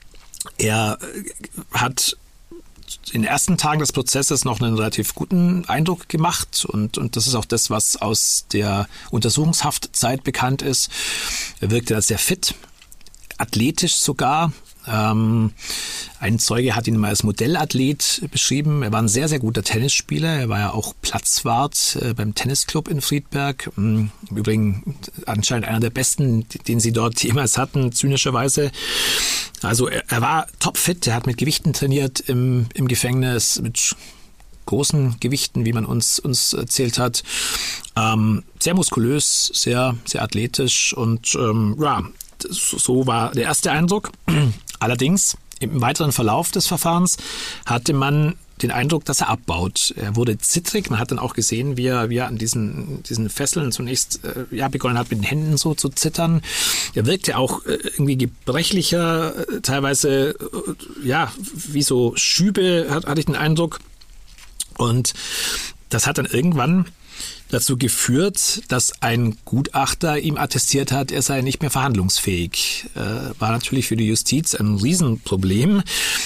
Er hat in den ersten Tagen des Prozesses noch einen relativ guten Eindruck gemacht und, und das ist auch das, was aus der Untersuchungshaftzeit bekannt ist. Er wirkte da sehr fit, athletisch sogar. Ähm, ein Zeuge hat ihn mal als Modellathlet beschrieben. Er war ein sehr, sehr guter Tennisspieler. Er war ja auch Platzwart äh, beim Tennisclub in Friedberg. Im Übrigen anscheinend einer der besten, den sie dort jemals hatten, zynischerweise. Also er, er war topfit. Er hat mit Gewichten trainiert im, im Gefängnis, mit großen Gewichten, wie man uns, uns erzählt hat. Ähm, sehr muskulös, sehr, sehr athletisch und ähm, ja, so war der erste Eindruck. Allerdings, im weiteren Verlauf des Verfahrens hatte man den Eindruck, dass er abbaut. Er wurde zittrig. Man hat dann auch gesehen, wie er, wie er an diesen, diesen Fesseln zunächst äh, ja, begonnen hat, mit den Händen so zu zittern. Er wirkte auch äh, irgendwie gebrechlicher, äh, teilweise äh, ja, wie so Schübe, hat, hatte ich den Eindruck. Und das hat dann irgendwann dazu geführt, dass ein Gutachter ihm attestiert hat, er sei nicht mehr verhandlungsfähig. Äh, war natürlich für die Justiz ein Riesenproblem.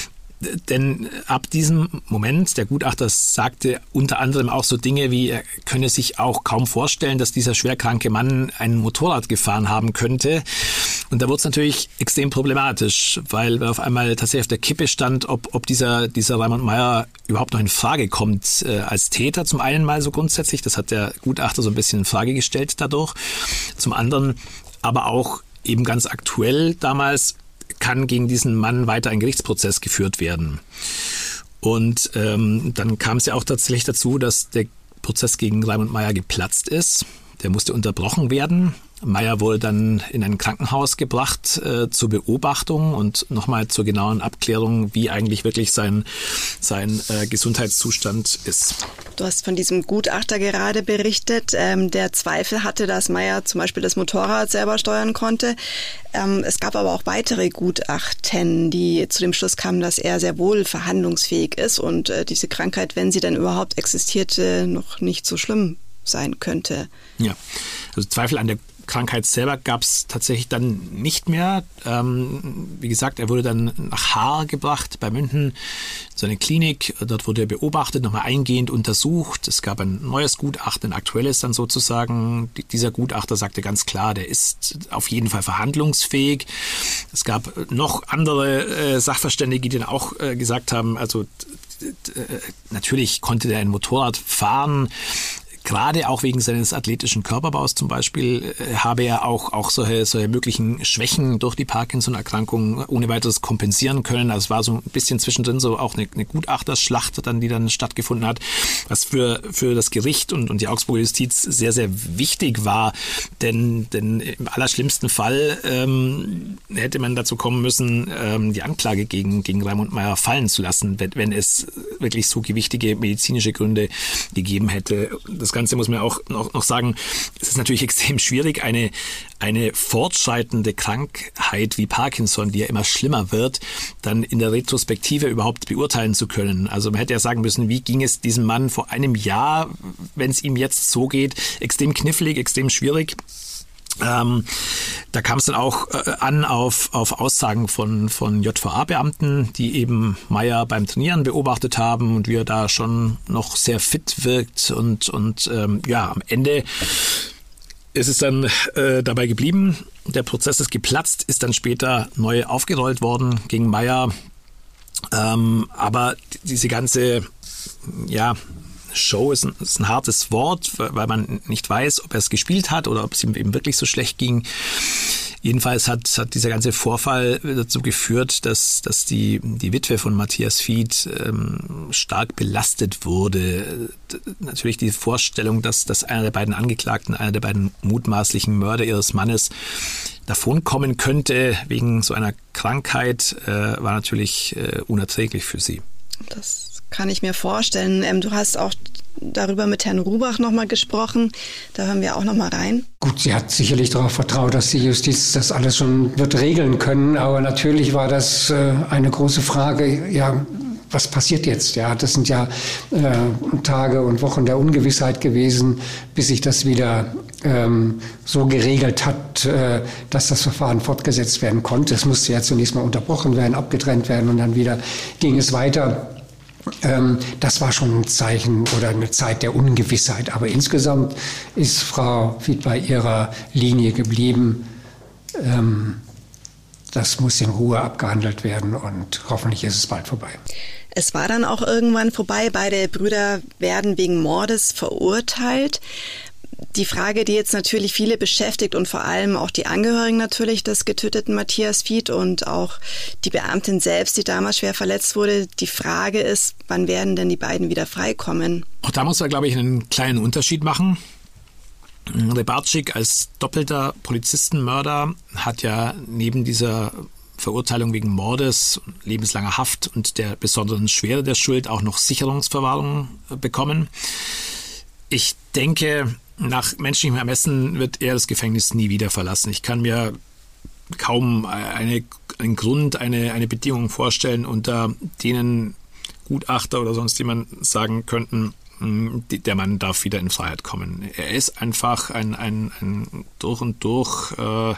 Denn ab diesem Moment, der Gutachter sagte unter anderem auch so Dinge wie, er könne sich auch kaum vorstellen, dass dieser schwerkranke Mann ein Motorrad gefahren haben könnte. Und da wurde es natürlich extrem problematisch, weil auf einmal tatsächlich auf der Kippe stand, ob, ob dieser, dieser Raimund Meyer überhaupt noch in Frage kommt äh, als Täter. Zum einen mal so grundsätzlich, das hat der Gutachter so ein bisschen in Frage gestellt dadurch. Zum anderen aber auch eben ganz aktuell damals, kann gegen diesen Mann weiter ein Gerichtsprozess geführt werden. Und ähm, dann kam es ja auch tatsächlich dazu, dass der Prozess gegen Raimund Meyer geplatzt ist. Der musste unterbrochen werden Meyer wurde dann in ein Krankenhaus gebracht äh, zur Beobachtung und nochmal zur genauen Abklärung, wie eigentlich wirklich sein, sein äh, Gesundheitszustand ist. Du hast von diesem Gutachter gerade berichtet, ähm, der Zweifel hatte, dass Meyer zum Beispiel das Motorrad selber steuern konnte. Ähm, es gab aber auch weitere Gutachten, die zu dem Schluss kamen, dass er sehr wohl verhandlungsfähig ist und äh, diese Krankheit, wenn sie denn überhaupt existierte, noch nicht so schlimm sein könnte. Ja, also Zweifel an der Krankheit selber gab es tatsächlich dann nicht mehr. Ähm, wie gesagt, er wurde dann nach Haar gebracht bei Münden, so eine Klinik. Dort wurde er beobachtet, nochmal eingehend untersucht. Es gab ein neues Gutachten, ein aktuelles dann sozusagen. Die, dieser Gutachter sagte ganz klar, der ist auf jeden Fall verhandlungsfähig. Es gab noch andere äh, Sachverständige, die dann auch äh, gesagt haben, also äh, natürlich konnte der ein Motorrad fahren. Gerade auch wegen seines athletischen Körperbaus zum Beispiel äh, habe er auch, auch solche, solche möglichen Schwächen durch die Parkinson-Erkrankung ohne weiteres kompensieren können. Also es war so ein bisschen zwischendrin so auch eine, eine Gutachterschlacht, dann, die dann stattgefunden hat, was für, für das Gericht und, und die Augsburger Justiz sehr, sehr wichtig war. Denn, denn im allerschlimmsten Fall ähm, hätte man dazu kommen müssen, ähm, die Anklage gegen, gegen Raimund Meyer fallen zu lassen, wenn, wenn es wirklich so gewichtige medizinische Gründe gegeben hätte. Das Ganze muss man auch noch, noch sagen, es ist natürlich extrem schwierig, eine, eine fortschreitende Krankheit wie Parkinson, die ja immer schlimmer wird, dann in der Retrospektive überhaupt beurteilen zu können. Also man hätte ja sagen müssen, wie ging es diesem Mann vor einem Jahr, wenn es ihm jetzt so geht, extrem knifflig, extrem schwierig. Ähm, da kam es dann auch äh, an auf, auf Aussagen von, von J V A-Beamten, die eben Meyer beim Trainieren beobachtet haben und wie er da schon noch sehr fit wirkt und, und ähm, ja, am Ende ist es dann äh, dabei geblieben. Der Prozess ist geplatzt, ist dann später neu aufgerollt worden gegen Meyer. Ähm, aber diese ganze, ja, Show ist ein, ist ein hartes Wort, weil man nicht weiß, ob er es gespielt hat oder ob es ihm eben wirklich so schlecht ging. Jedenfalls hat, hat dieser ganze Vorfall dazu geführt, dass, dass die, die Witwe von Matthias Fied ähm, stark belastet wurde. Natürlich die Vorstellung, dass, dass einer der beiden Angeklagten, einer der beiden mutmaßlichen Mörder ihres Mannes davonkommen könnte wegen so einer Krankheit, äh, war natürlich äh, unerträglich für sie. Das kann ich mir vorstellen. Ähm, du hast auch darüber mit Herrn Rubach nochmal gesprochen. Da hören wir auch nochmal rein. Gut, sie hat sicherlich darauf vertraut, dass die Justiz das alles schon wird regeln können. Aber natürlich war das äh, eine große Frage, ja, was passiert jetzt? Ja, das sind ja äh, Tage und Wochen der Ungewissheit gewesen, bis sich das wieder ähm, so geregelt hat, äh, dass das Verfahren fortgesetzt werden konnte. Es musste ja zunächst mal unterbrochen werden, abgetrennt werden und dann wieder ging es weiter. Ähm, das war schon ein Zeichen oder eine Zeit der Ungewissheit. Aber insgesamt ist Frau Fied bei ihrer Linie geblieben. Ähm, das muss in Ruhe abgehandelt werden und hoffentlich ist es bald vorbei. Es war dann auch irgendwann vorbei. Beide Brüder werden wegen Mordes verurteilt. Die Frage, die jetzt natürlich viele beschäftigt und vor allem auch die Angehörigen natürlich des getöteten Matthias Fied und auch die Beamtin selbst, die damals schwer verletzt wurde, die Frage ist, wann werden denn die beiden wieder freikommen? Auch da muss man, glaube ich, einen kleinen Unterschied machen. Rybarczyk als doppelter Polizistenmörder hat ja neben dieser Verurteilung wegen Mordes, lebenslanger Haft und der besonderen Schwere der Schuld auch noch Sicherungsverwahrung bekommen. Ich denke, nach menschlichem Ermessen wird er das Gefängnis nie wieder verlassen. Ich kann mir kaum eine, einen Grund, eine, eine Bedingung vorstellen, unter denen Gutachter oder sonst jemand sagen könnten, der Mann darf wieder in Freiheit kommen. Er ist einfach ein, ein, ein durch und durch äh,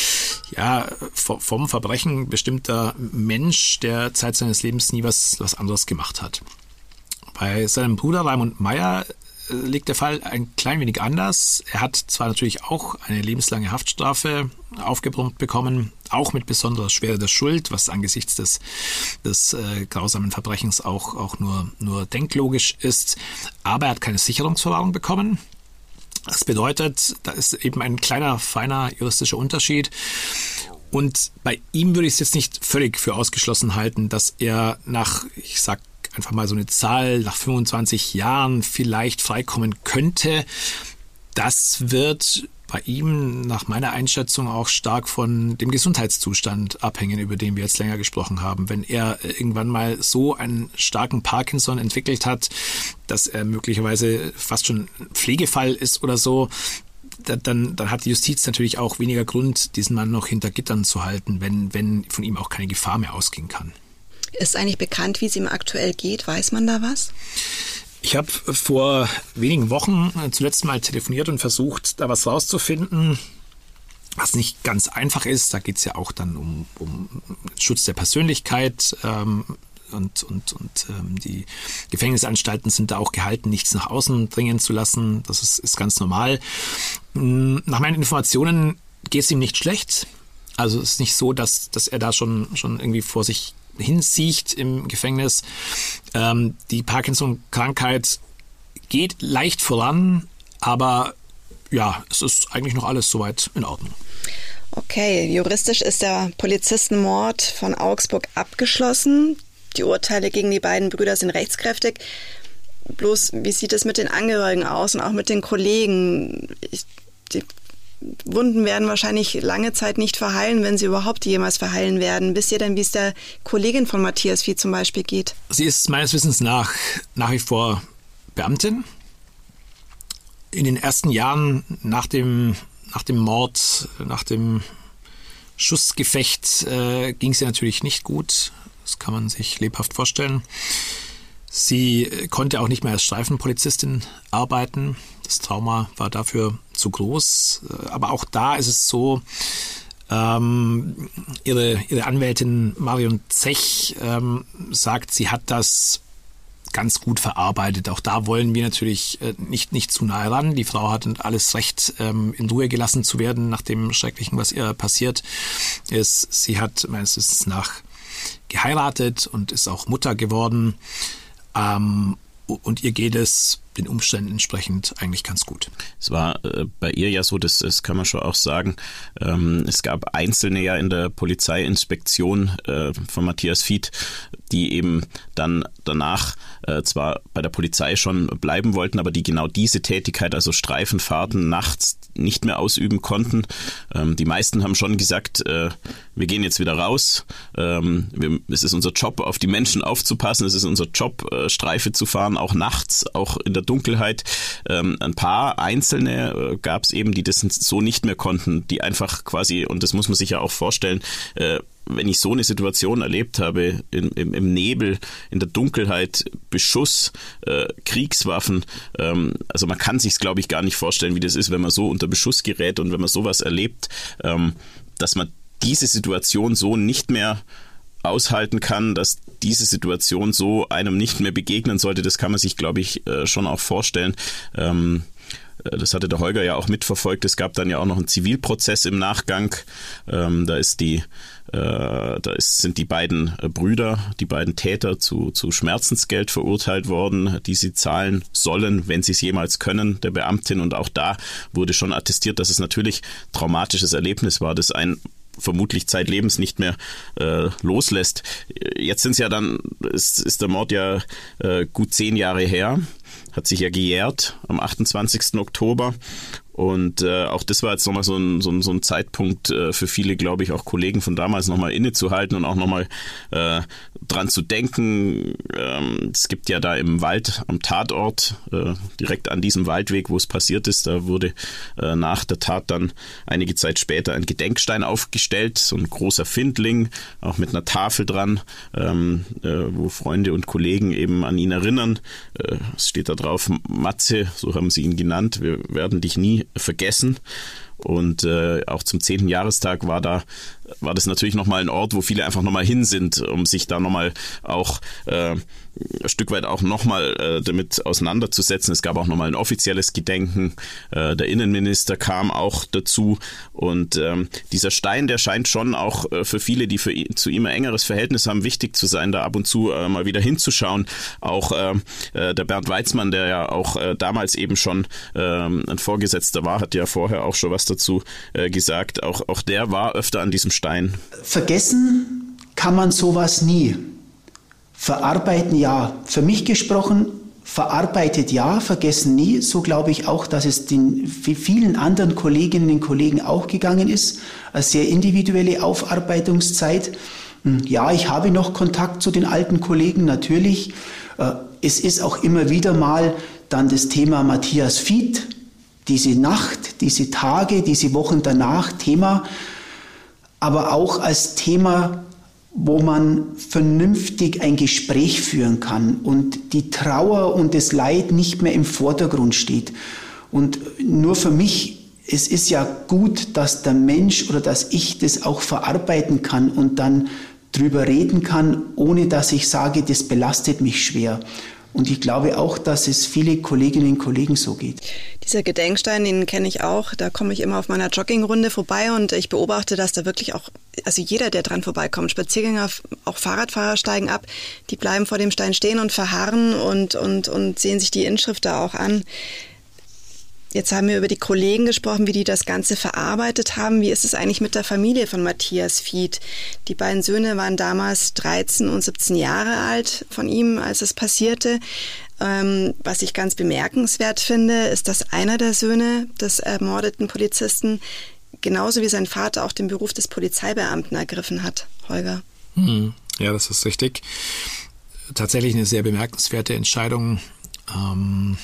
ja, vom Verbrechen bestimmter Mensch, der Zeit seines Lebens nie was, was anderes gemacht hat. Bei seinem Bruder Raimund Meyer liegt der Fall ein klein wenig anders. Er hat zwar natürlich auch eine lebenslange Haftstrafe aufgebrummt bekommen, auch mit besonderer Schwere der Schuld, was angesichts des, des äh, grausamen Verbrechens auch, auch nur, nur denklogisch ist, aber er hat keine Sicherungsverwahrung bekommen. Das bedeutet, da ist eben ein kleiner, feiner juristischer Unterschied. Und bei ihm würde ich es jetzt nicht völlig für ausgeschlossen halten, dass er nach, ich sag einfach mal so eine Zahl, nach fünfundzwanzig Jahren vielleicht freikommen könnte. Das wird bei ihm nach meiner Einschätzung auch stark von dem Gesundheitszustand abhängen, über den wir jetzt länger gesprochen haben. Wenn er irgendwann mal so einen starken Parkinson entwickelt hat, dass er möglicherweise fast schon ein Pflegefall ist oder so, dann, dann hat die Justiz natürlich auch weniger Grund, diesen Mann noch hinter Gittern zu halten, wenn, wenn von ihm auch keine Gefahr mehr ausgehen kann. Ist eigentlich bekannt, wie es ihm aktuell geht? Weiß man da was? Ich habe vor wenigen Wochen zuletzt mal telefoniert und versucht, da was rauszufinden, was nicht ganz einfach ist. Da geht es ja auch dann um, um Schutz der Persönlichkeit ähm, und, und, und ähm, die Gefängnisanstalten sind da auch gehalten, nichts nach außen dringen zu lassen. Das ist, ist ganz normal. Nach meinen Informationen geht es ihm nicht schlecht. Also es ist nicht so, dass, dass er da schon, schon irgendwie vor sich hinsiecht im Gefängnis. Ähm, die Parkinson-Krankheit geht leicht voran, aber ja, es ist eigentlich noch alles soweit in Ordnung. Okay, juristisch ist der Polizistenmord von Augsburg abgeschlossen. Die Urteile gegen die beiden Brüder sind rechtskräftig. Bloß, wie sieht es mit den Angehörigen aus und auch mit den Kollegen? Ich, die Wunden werden wahrscheinlich lange Zeit nicht verheilen, wenn sie überhaupt jemals verheilen werden. Wisst ihr denn, wie es der Kollegin von Matthias Fied zum Beispiel geht? Sie ist meines Wissens nach nach wie vor Beamtin. In den ersten Jahren nach dem, nach dem Mord, nach dem Schussgefecht äh, ging es ihr natürlich nicht gut. Das kann man sich lebhaft vorstellen. Sie konnte auch nicht mehr als Streifenpolizistin arbeiten. Das Trauma war dafür zu groß. Aber auch da ist es so, ähm, ihre, ihre Anwältin Marion Zech ähm, sagt, sie hat das ganz gut verarbeitet. Auch da wollen wir natürlich äh, nicht, nicht zu nahe ran. Die Frau hat alles Recht, ähm, in Ruhe gelassen zu werden nach dem Schrecklichen, was ihr passiert ist. Sie hat meines Wissens nach geheiratet und ist auch Mutter geworden. Ähm, und ihr geht es den Umständen entsprechend eigentlich ganz gut. Es war äh, bei ihr ja so, das, das kann man schon auch sagen, ähm, es gab Einzelne ja in der Polizeiinspektion äh, von Matthias Fied, die eben dann danach äh, zwar bei der Polizei schon bleiben wollten, aber die genau diese Tätigkeit, also Streifenfahrten nachts, nicht mehr ausüben konnten. Ähm, die meisten haben schon gesagt, äh, wir gehen jetzt wieder raus. Ähm, wir, es ist unser Job, auf die Menschen aufzupassen. Es ist unser Job, äh, Streife zu fahren, auch nachts, auch in der Dunkelheit. Ähm, ein paar Einzelne äh, gab es eben, die das so nicht mehr konnten, die einfach quasi, und das muss man sich ja auch vorstellen, äh, wenn ich so eine Situation erlebt habe, in, im, im Nebel, in der Dunkelheit, Beschuss, äh, Kriegswaffen, ähm, also man kann sich's, glaube ich, gar nicht vorstellen, wie das ist, wenn man so unter Beschuss gerät und wenn man sowas erlebt, ähm, dass man diese Situation so nicht mehr aushalten kann, dass diese Situation so einem nicht mehr begegnen sollte, das kann man sich, glaube ich, äh, schon auch vorstellen. Ähm, Das hatte der Holger ja auch mitverfolgt. Es gab dann ja auch noch einen Zivilprozess im Nachgang. Ähm, da ist die, äh, da ist, sind die beiden Brüder, die beiden Täter zu, zu Schmerzensgeld verurteilt worden, die sie zahlen sollen, wenn sie es jemals können, der Beamtin. Und auch da wurde schon attestiert, dass es natürlich ein traumatisches Erlebnis war, das ein vermutlich zeitlebens nicht mehr äh, loslässt. Jetzt sind es ja dann, ist, ist der Mord ja äh, gut zehn Jahre her, hat sich ja gejährt am achtundzwanzigsten Oktober. Und äh, auch das war jetzt nochmal so ein, so ein, so ein Zeitpunkt äh, für viele, glaube ich, auch Kollegen von damals nochmal innezuhalten und auch nochmal äh, dran zu denken. Ähm, es gibt ja da im Wald am Tatort, äh, direkt an diesem Waldweg, wo es passiert ist, da wurde äh, nach der Tat dann einige Zeit später ein Gedenkstein aufgestellt, so ein großer Findling, auch mit einer Tafel dran, ähm, äh, wo Freunde und Kollegen eben an ihn erinnern. Äh, es steht da drauf, Matze, so haben sie ihn genannt, wir werden dich nie vergessen. Und äh, auch zum zehnten Jahrestag war da war das natürlich nochmal ein Ort, wo viele einfach nochmal hin sind, um sich da nochmal auch äh, ein Stück weit auch nochmal äh, damit auseinanderzusetzen. Es gab auch nochmal ein offizielles Gedenken. Äh, der Innenminister kam auch dazu. Und ähm, dieser Stein, der scheint schon auch äh, für viele, die für ihn, zu ihm ein engeres Verhältnis haben, wichtig zu sein, da ab und zu äh, mal wieder hinzuschauen. Auch äh, äh, der Bernd Weizmann, der ja auch äh, damals eben schon äh, ein Vorgesetzter war, hat ja vorher auch schon was dazu äh, gesagt. Auch, auch der war öfter an diesem Stein. Vergessen kann man sowas nie. Verarbeiten ja. Für mich gesprochen, verarbeitet ja, vergessen nie. So glaube ich auch, dass es den vielen anderen Kolleginnen und Kollegen auch gegangen ist. Eine sehr individuelle Aufarbeitungszeit. Ja, ich habe noch Kontakt zu den alten Kollegen, natürlich. Es ist auch immer wieder mal dann das Thema Matthias Fied, diese Nacht, diese Tage, diese Wochen danach Thema, aber auch als Thema, wo man vernünftig ein Gespräch führen kann und die Trauer und das Leid nicht mehr im Vordergrund steht. Und nur für mich, es ist ja gut, dass der Mensch oder dass ich das auch verarbeiten kann und dann drüber reden kann, ohne dass ich sage, das belastet mich schwer. Und ich glaube auch, dass es viele Kolleginnen und Kollegen so geht. Dieser Gedenkstein, den kenne ich auch. Da komme ich immer auf meiner Joggingrunde vorbei und ich beobachte, dass da wirklich auch, also jeder, der dran vorbeikommt, Spaziergänger, auch Fahrradfahrer steigen ab, die bleiben vor dem Stein stehen und verharren und, und, und sehen sich die Inschrift da auch an. Jetzt haben wir über die Kollegen gesprochen, wie die das Ganze verarbeitet haben. Wie ist es eigentlich mit der Familie von Matthias Fied? Die beiden Söhne waren damals dreizehn und siebzehn Jahre alt von ihm, als es passierte. Ähm, was ich ganz bemerkenswert finde, ist, dass einer der Söhne des ermordeten Polizisten genauso wie sein Vater auch den Beruf des Polizeibeamten ergriffen hat. Holger? Hm, ja, das ist richtig. Tatsächlich eine sehr bemerkenswerte Entscheidung. Ähm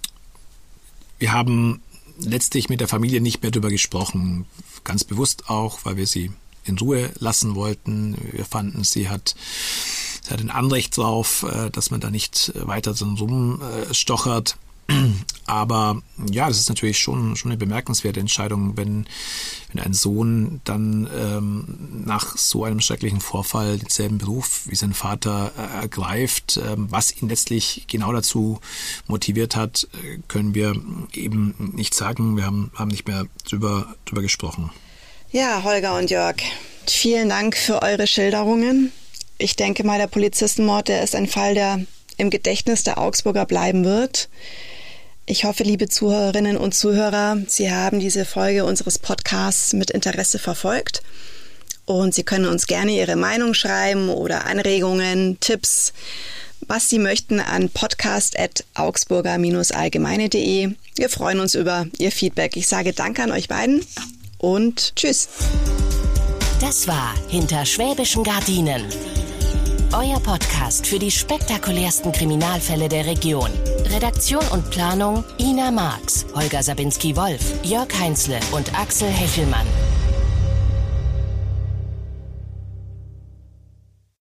Wir haben letztlich mit der Familie nicht mehr darüber gesprochen, ganz bewusst auch, weil wir sie in Ruhe lassen wollten. Wir fanden, sie hat, sie hat ein Anrecht drauf, dass man da nicht weiter so rumstochert. Aber ja, das ist natürlich schon, schon eine bemerkenswerte Entscheidung, wenn, wenn ein Sohn dann ähm, nach so einem schrecklichen Vorfall denselben Beruf wie sein Vater äh, ergreift. Ähm, was ihn letztlich genau dazu motiviert hat, können wir eben nicht sagen. Wir haben, haben nicht mehr drüber, drüber gesprochen. Ja, Holger und Jörg, vielen Dank für eure Schilderungen. Ich denke mal, der Polizistenmord, der ist ein Fall, der im Gedächtnis der Augsburger bleiben wird. Ich hoffe, liebe Zuhörerinnen und Zuhörer, Sie haben diese Folge unseres Podcasts mit Interesse verfolgt und Sie können uns gerne Ihre Meinung schreiben oder Anregungen, Tipps, was Sie möchten, an podcast at augsburger allgemeine punkt de. Wir freuen uns über Ihr Feedback. Ich sage Danke an euch beiden und Tschüss. Das war Hinter schwäbischen Gardinen. Euer Podcast für die spektakulärsten Kriminalfälle der Region. Redaktion und Planung Ina Marx, Holger Sabinski-Wolf, Jörg Heinzle und Axel Hechelmann.